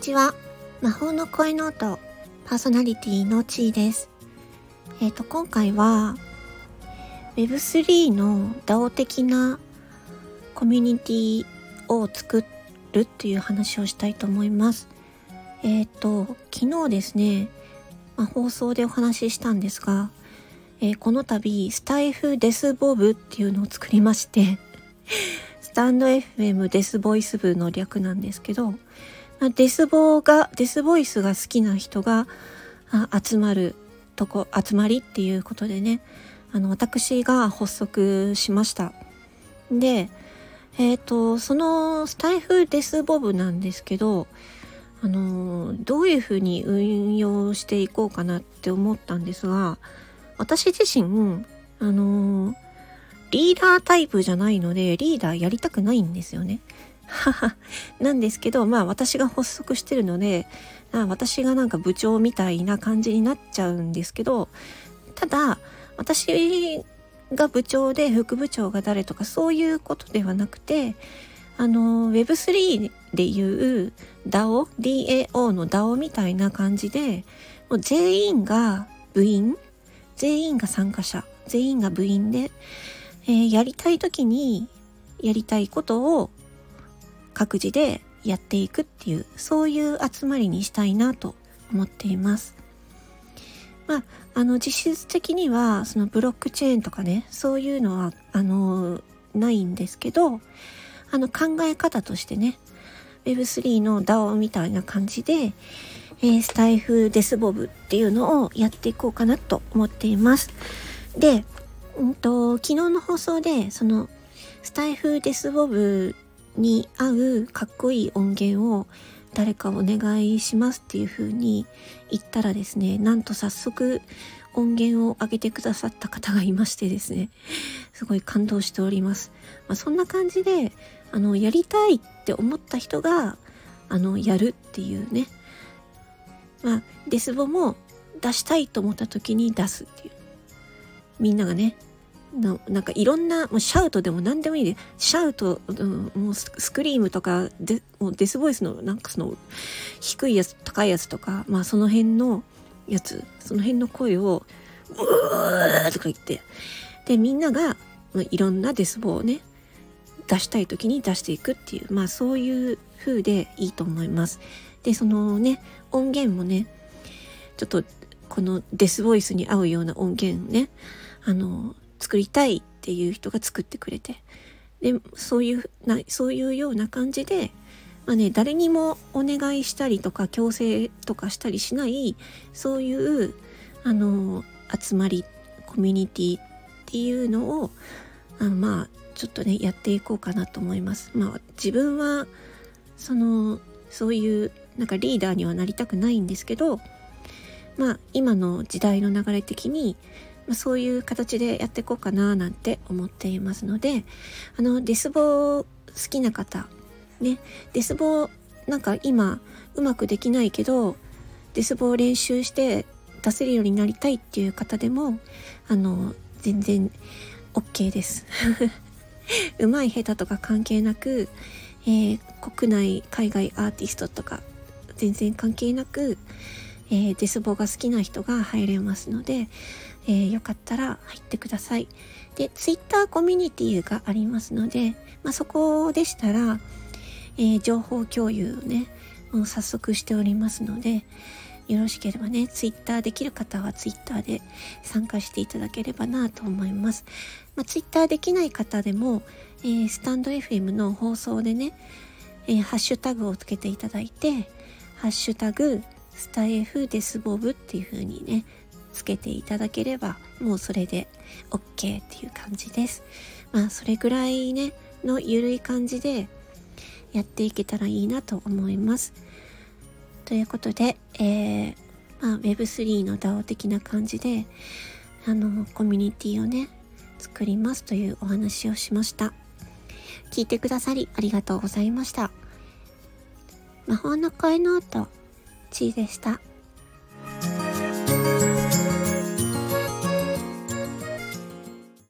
ちは。魔法の声ノートパーソナリティのちーです。今回は Web3 の DAO 的なコミュニティを作るっていう話をしたいと思います。昨日ですね、放送でお話ししたんですが、この度スタイフデスボブっていうのを作りましてスタンド FM デスボイス部の略なんですけど、デスボイスが好きな人が集まりっていうことでね、私が発足しました。で、そのスタイフデスボブなんですけど、どういうふうに運用していこうかなって思ったんですが、私自身リーダータイプじゃないのでリーダーやりたくないんですよねなんですけど、私が発足してるので私がなんか部長みたいな感じになっちゃうんですけど、ただ私が部長で副部長が誰とかそういうことではなくて、Web3 でいう DAO の DAO みたいな感じで、もう全員が部員、全員が参加者、全員が部員で、やりたい時にやりたいことを各自でやっていくっていう、そういう集まりにしたいなと思っています。実質的にはそのブロックチェーンとかね、そういうのはないんですけど、考え方としてね、Web3 の DAO みたいな感じで、スタイフデスボブっていうのをやっていこうかなと思っています。で、昨日の放送でそのスタイフデスボブに合うかっこいい音源を誰かお願いしますっていう風に言ったらですね、なんと早速音源を上げてくださった方がいましてですね、すごい感動しております。そんな感じでやりたいって思った人がやるっていうね、デスボも出したいと思った時に出すっていう、みんながね、なんかいろんな、もうシャウトでも何でもいいで、シャウト、もうスクリームとかで、もうデスボイスのなんかその低いやつ高いやつとか、その辺のやつ、その辺の声をうーとか言って、でみんながいろんなデスボをね出したい時に出していくっていう、そういう風でいいと思います。でそのね、音源もね、ちょっとこのデスボイスに合うような音源ね、作りたいっていう人が作ってくれて、でそういうような感じで、誰にもお願いしたりとか強制とかしたりしない、そういう集まりコミュニティっていうのをちょっとねやっていこうかなと思います。自分はそういうなんかリーダーにはなりたくないんですけど、今の時代の流れ的にそういう形でやっていこうかななんて思っていますので、デスボ好きな方ね、デスボなんか今うまくできないけどデスボを練習して出せるようになりたいっていう方でも全然 OK ですうまい下手とか関係なく、国内海外アーティストとか全然関係なく、デスボが好きな人が入れますので、よかったら入ってください。で、ツイッターコミュニティがありますので、そこでしたら、情報共有をね、もう早速しておりますので、よろしければね、ツイッターできる方はツイッターで参加していただければなと思います。ツイッターできない方でも、スタンド FM の放送でね、ハッシュタグをつけていただいて、ハッシュタグスタイフデスボブっていう風にねつけていただければ、もうそれで OK っていう感じです。それぐらいねのゆるい感じでやっていけたらいいなと思います。ということで、Web3 の DAO 的な感じでコミュニティをね作りますというお話をしました。聞いてくださりありがとうございました。魔法の声ノートちーでした。